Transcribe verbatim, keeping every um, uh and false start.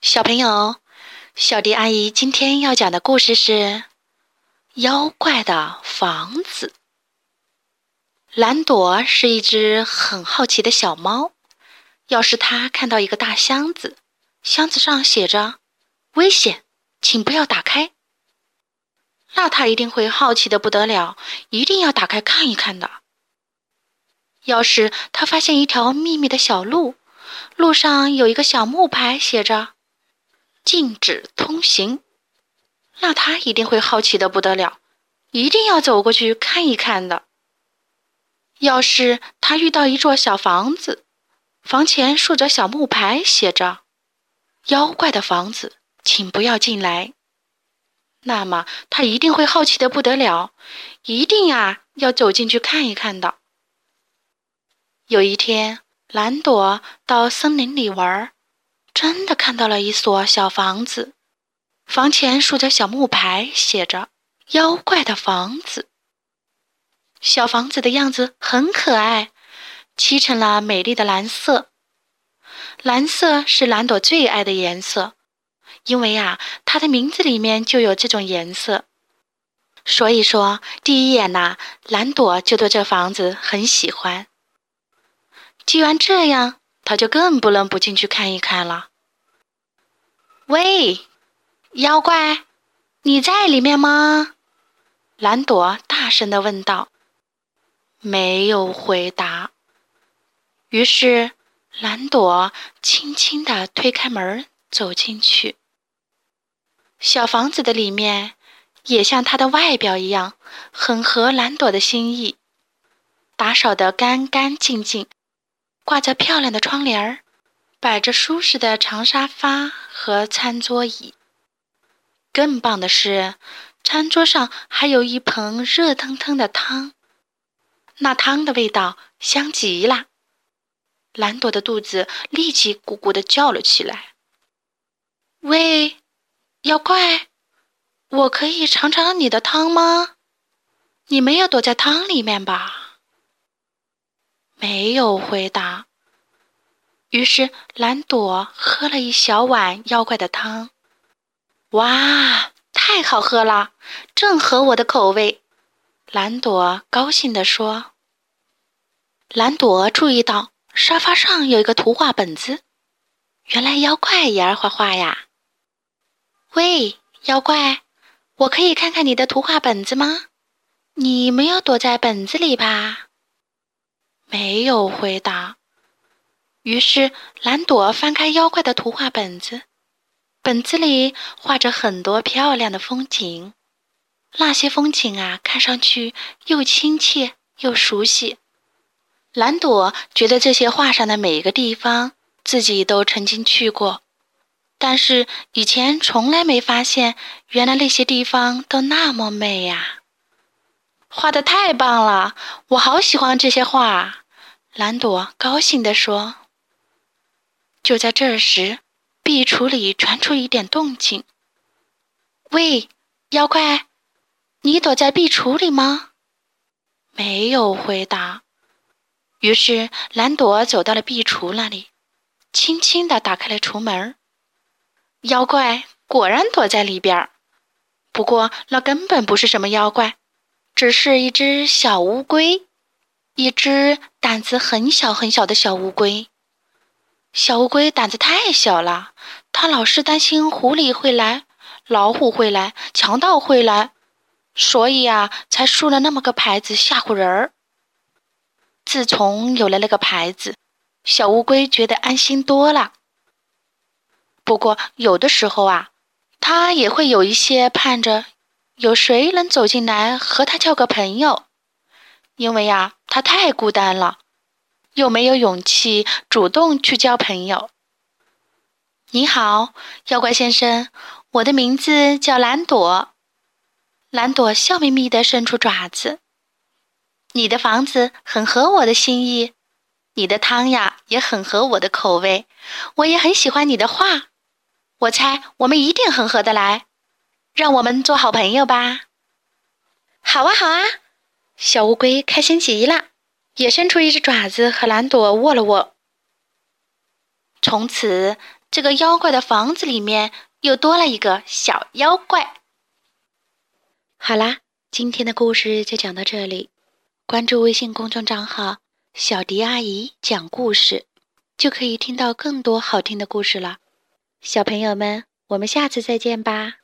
小朋友，小迪阿姨今天要讲的故事是《妖怪的房子》。蓝朵是一只很好奇的小猫，要是它看到一个大箱子，箱子上写着“危险，请不要打开”，那它一定会好奇的不得了，一定要打开看一看的。要是它发现一条秘密的小路，路上有一个小木牌写着禁止通行，那他一定会好奇的不得了，一定要走过去看一看的。要是他遇到一座小房子，房前竖着小木牌写着妖怪的房子，请不要进来，那么他一定会好奇的不得了，一定呀要走进去看一看的。有一天，蓝朵到森林里玩，真的看到了一所小房子，房前竖着小木牌，写着妖怪的房子。小房子的样子很可爱，漆成了美丽的蓝色。蓝色是蓝朵最爱的颜色，因为啊，它的名字里面就有这种颜色。所以说，第一眼呐，蓝朵就对这房子很喜欢。既然这样，他就更不能不进去看一看了。喂，妖怪，你在里面吗？蓝朵大声地问道。没有回答。于是，蓝朵轻轻地推开门，走进去。小房子的里面也像它的外表一样，很合蓝朵的心意，打扫得干干净净，挂着漂亮的窗帘，摆着舒适的长沙发和餐桌椅。更棒的是，餐桌上还有一盆热腾腾的汤，那汤的味道香极了。蓝朵的肚子立即咕咕地叫了起来。喂，妖怪，我可以尝尝你的汤吗？你没有躲在汤里面吧？没有回答。于是蓝朵喝了一小碗妖怪的汤。哇，太好喝了，正合我的口味，蓝朵高兴地说。蓝朵注意到沙发上有一个图画本子，原来妖怪也爱画画呀。喂，妖怪，我可以看看你的图画本子吗？你没有躲在本子里吧？没有回答。于是蓝朵翻开妖怪的图画本子，本子里画着很多漂亮的风景，那些风景啊，看上去又亲切又熟悉。蓝朵觉得这些画上的每一个地方自己都曾经去过，但是以前从来没发现原来那些地方都那么美呀。画得太棒了，我好喜欢这些画，蓝朵高兴地说。就在这时，壁橱里传出一点动静。喂，妖怪，你躲在壁橱里吗？没有回答。于是蓝朵走到了壁橱那里，轻轻地打开了橱门。妖怪果然躲在里边，不过那根本不是什么妖怪，只是一只小乌龟，一只胆子很小很小的小乌龟。小乌龟胆子太小了，它老是担心狐狸会来，老虎会来，强盗会来，所以啊，才竖了那么个牌子吓唬人儿。自从有了那个牌子，小乌龟觉得安心多了。不过有的时候啊，它也会有一些盼着有谁能走进来和它交个朋友，因为啊，它太孤单了，又没有勇气主动去交朋友。你好，妖怪先生，我的名字叫蓝朵。蓝朵笑眯眯地伸出爪子。你的房子很合我的心意，你的汤呀也很合我的口味，我也很喜欢你的画，我猜我们一定很合得来，让我们做好朋友吧。好啊好啊，小乌龟开心极了，也伸出一只爪子和蓝朵握了握。从此这个妖怪的房子里面又多了一个小妖怪。好啦，今天的故事就讲到这里。关注微信公众账号小迪阿姨讲故事，就可以听到更多好听的故事了。小朋友们，我们下次再见吧。